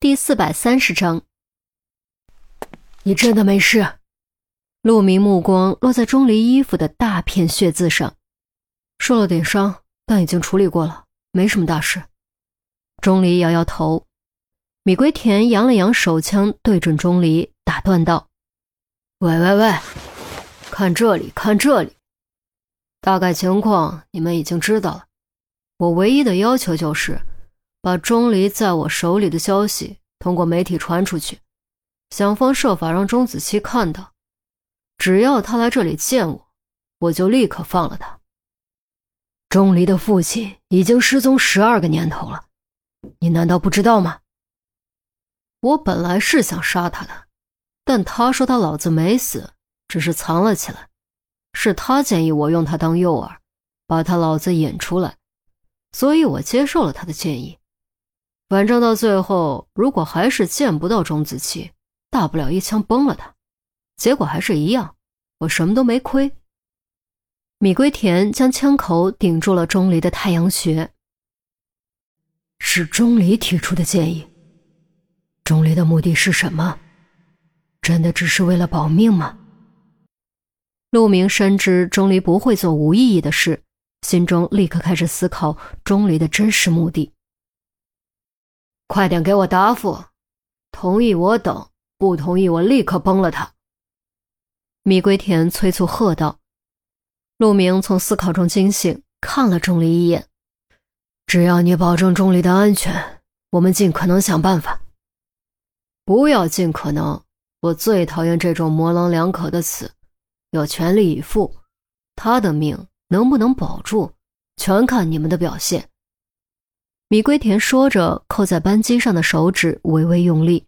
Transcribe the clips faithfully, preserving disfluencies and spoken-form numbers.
第四百三十章。 你真的没事？ 陆明目光落在钟离衣服的大片血渍上， 受了点伤，但已经处理过了，没什么大事。 钟离摇摇头。米龟田扬了扬手枪，对准钟离打断道： 喂喂喂，看这里，看这里。大概情况你们已经知道了，我唯一的要求就是把钟离在我手里的消息通过媒体传出去，想方设法让钟子期看到，只要他来这里见我，我就立刻放了他。钟离的父亲已经失踪十二个年头了，你难道不知道吗？我本来是想杀他的，但他说他老子没死，只是藏了起来，是他建议我用他当诱饵，把他老子引出来，所以我接受了他的建议。反正到最后，如果还是见不到钟子期，大不了一枪崩了他，结果还是一样，我什么都没亏。 米龟田将枪口顶住了钟离的太阳穴。 是钟离提出的建议，钟离的目的是什么？真的只是为了保命吗？ 陆明深知钟离不会做无意义的事，心中立刻开始思考钟离的真实目的。 快点给我答复，同意我等，不同意我立刻崩了他。 米龟田催促喝道。陆明从思考中惊醒，看了钟离一眼。 只要你保证钟离的安全，我们尽可能想办法。不要尽可能，我最讨厌这种模棱两可的词，要全力以赴，他的命能不能保住，全看你们的表现。 米龟田说着，扣在扳机上的手指微微用力。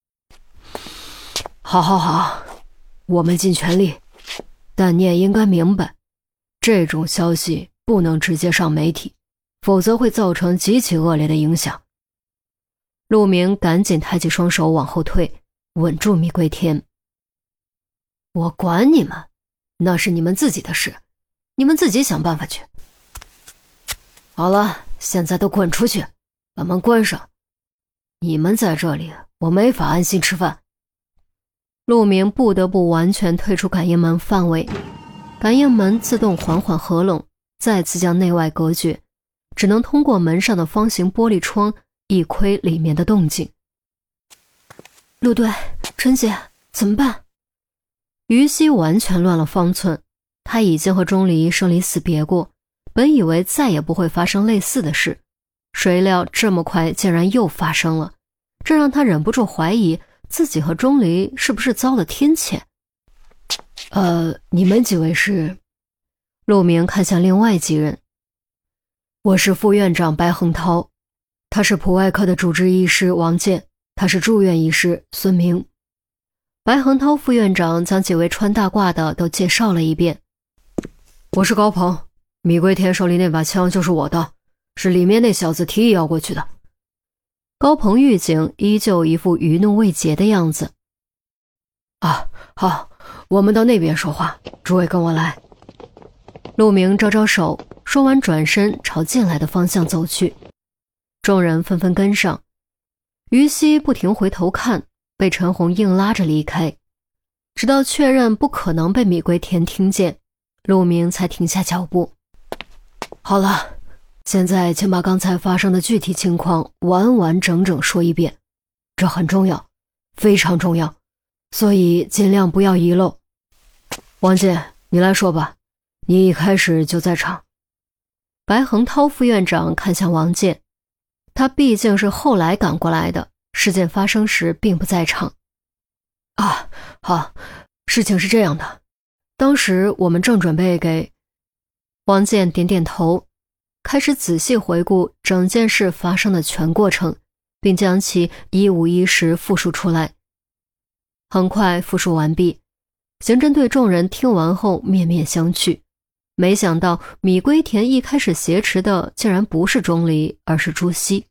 好好好，我们尽全力，但你也应该明白，这种消息不能直接上媒体，否则会造成极其恶劣的影响。 陆明赶紧抬起双手往后退，稳住米龟田。 我管你们，那是你们自己的事，你们自己想办法去。好了，现在都滚出去，把门关上。你们在这里，我没法安心吃饭。 陆明不得不完全退出感应门范围，感应门自动缓缓合拢，再次将内外隔绝，只能通过门上的方形玻璃窗一窥里面的动静。 陆队，陈姐，怎么办？ 于西完全乱了方寸，他已经和钟离生离死别过，本以为再也不会发生类似的事，谁料这么快竟然又发生了，这让他忍不住怀疑自己和钟离是不是遭了天谴。 呃，你们几位是？ 陆明看向另外几人。 我是副院长白恒涛，他是普外科的主治医师王健，他是住院医师孙明。 白恒涛副院长将几位穿大褂的都介绍了一遍。 我是高鹏，米龟田手里那把枪就是我的，是里面那小子提议要过去的。 高鹏狱警依旧一副余怒未竭的样子。 啊，好，我们到那边说话，诸位跟我来。 陆明招招手，说完转身朝进来的方向走去，众人纷纷跟上。于西不停回头看，被陈红硬拉着离开，直到确认不可能被米龟田听见，陆明才停下脚步。 好了，现在请把刚才发生的具体情况完完整整说一遍，这很重要，非常重要，所以尽量不要遗漏。王健，你来说吧，你一开始就在场。 白恒涛副院长看向王健，他毕竟是后来赶过来的，事件发生时并不在场。 啊，好，事情是这样的，当时我们正准备给…… 王健点点头，开始仔细回顾整件事发生的全过程，并将其一五一十复述出来。很快复述完毕，刑侦队众人听完后面面相觑，没想到米龟田一开始挟持的竟然不是钟离，而是朱熹。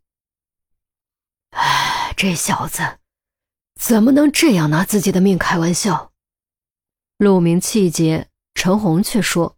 唉，这小子怎么能这样拿自己的命开玩笑？ 陆明气结，陈红却说，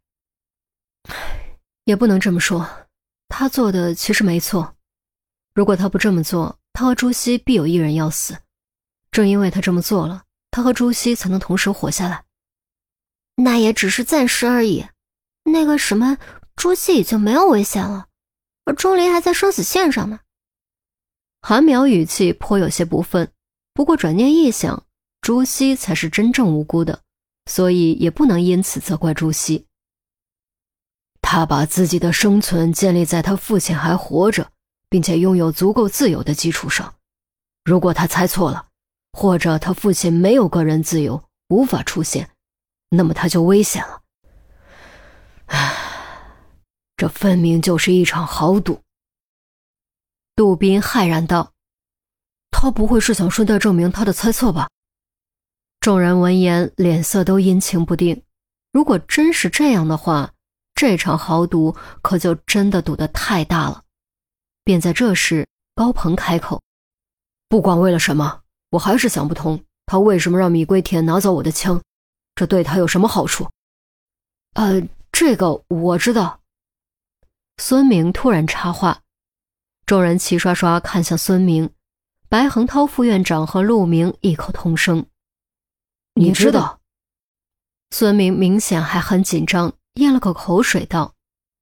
也不能这么说，他做的其实没错，如果他不这么做， 他和朱熹必有一人要死。正因为他这么做了，他和朱熹才能同时活下来。 那也只是暂时而已。那个什么，朱熹已经没有危险了，而钟离还在生死线上呢。 韩淼语气颇有些不忿，不过转念一想，朱熹才是真正无辜的，所以也不能因此责怪朱熹。他把自己的生存建立在他父亲还活着，并且拥有足够自由的基础上。如果他猜错了，或者他父亲没有个人自由，无法出现，那么他就危险了。唉，这分明就是一场豪赌。杜宾骇然道：他不会是想顺带证明他的猜测吧？众人闻言脸色都阴晴不定。如果真是这样的话，这场豪赌可就真的赌得太大了。便在这时，高鹏开口：不管为了什么，我还是想不通他为什么让米龟田拿走我的枪，这对他有什么好处？呃，这个我知道。孙明突然插话。众人齐刷刷看向孙明，白恒涛副院长和陆明异口同声：你知道？孙明明显还很紧张，咽了口口水道：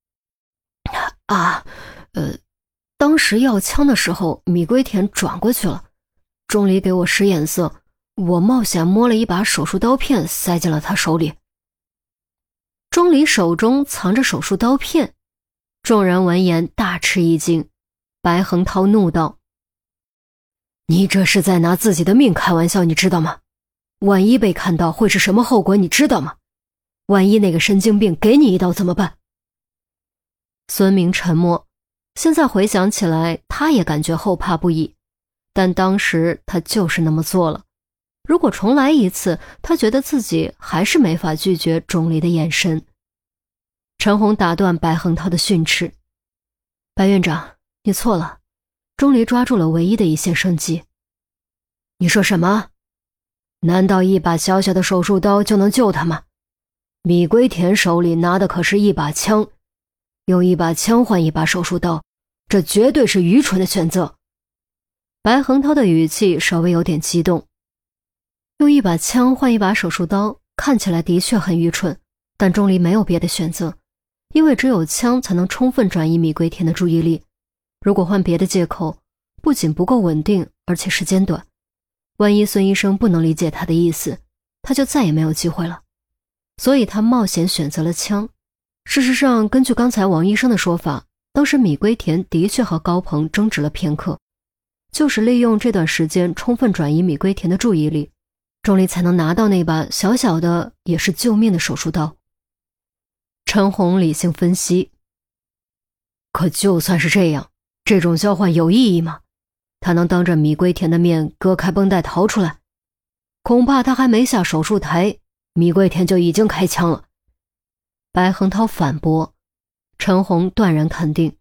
啊，呃，当时要枪的时候，米龟田转过去了，钟离给我使眼色，我冒险摸了一把手术刀片塞进了他手里。钟离手中藏着手术刀片，众人闻言大吃一惊。白恒涛怒道：你这是在拿自己的命开玩笑，你知道吗？万一被看到会是什么后果，你知道吗？万一那个神经病给你一刀怎么办？孙明沉默，现在回想起来，他也感觉后怕不已，但当时他就是那么做了。如果重来一次，他觉得自己还是没法拒绝钟离的眼神。陈红打断白恒涛的训斥：白院长，你错了，钟离抓住了唯一的一线生机。你说什么？难道一把小小的手术刀就能救他吗？米龟田手里拿的可是一把枪，用一把枪换一把手术刀，这绝对是愚蠢的选择。白恒涛的语气稍微有点激动。用一把枪换一把手术刀，看起来的确很愚蠢，但钟离没有别的选择，因为只有枪才能充分转移米龟田的注意力。如果换别的借口，不仅不够稳定，而且时间短。万一孙医生不能理解他的意思，他就再也没有机会了。所以他冒险选择了枪。事实上，根据刚才王医生的说法，当时米龟田的确和高鹏争执了片刻，就是利用这段时间充分转移米龟田的注意力，钟离才能拿到那把小小的也是救命的手术刀。陈红理性分析：可就算是这样，这种交换有意义吗？他能当着米龟田的面割开绷带逃出来？恐怕他还没下手术台，米龟田就已经开枪了。白恒涛反驳。陈红断然肯定：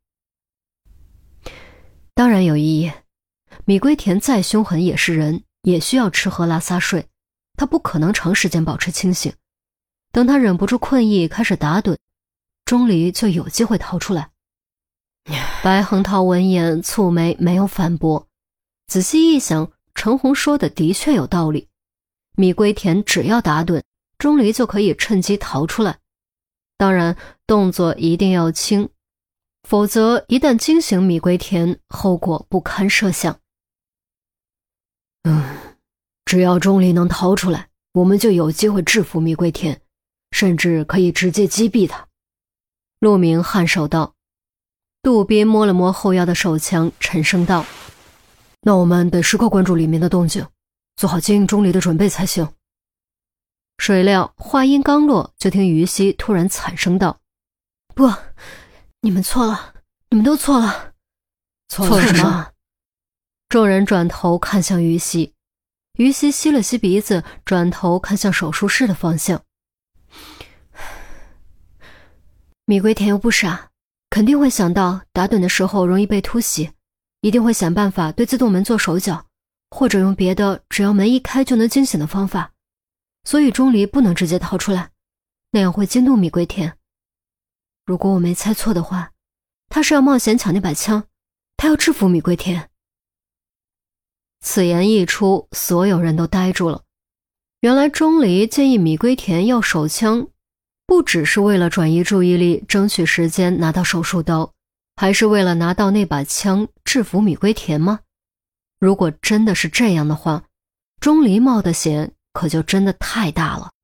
当然有意义。米龟田再凶狠也是人，也需要吃喝拉撒睡，他不可能长时间保持清醒。等他忍不住困意开始打盹，钟离就有机会逃出来。白恒涛闻言蹙眉，没有反驳。仔细一想，陈红说的的确有道理。米龟田只要打盹，钟离就可以趁机逃出来。当然，动作一定要轻，否则一旦惊醒米龟田，后果不堪设想。嗯，只要钟离能逃出来，我们就有机会制服米龟田，甚至可以直接击毙他。陆明颔首道。杜宾摸了摸后腰的手枪，沉声道：那我们得时刻关注里面的动静，做好接应钟离的准备才行。谁料话音刚落，就听于西突然惨声道： 不，你们错了，你们都错了。 错了什么？众人转头看向于西，于西吸了吸鼻子，转头看向手术室的方向。 米龟田又不傻，肯定会想到打盹的时候容易被突袭，一定会想办法对自动门做手脚，或者用别的只要门一开就能惊醒的方法。所以钟离不能直接逃出来，那样会惊动米龟田。如果我没猜错的话，他是要冒险抢那把枪，他要制服米龟田。 此言一出，所有人都呆住了。原来钟离建议米龟田要手枪，不只是为了转移注意力，争取时间拿到手术刀，还是为了拿到那把枪制服米龟田吗？如果真的是这样的话，钟离冒的险可就真的太大了。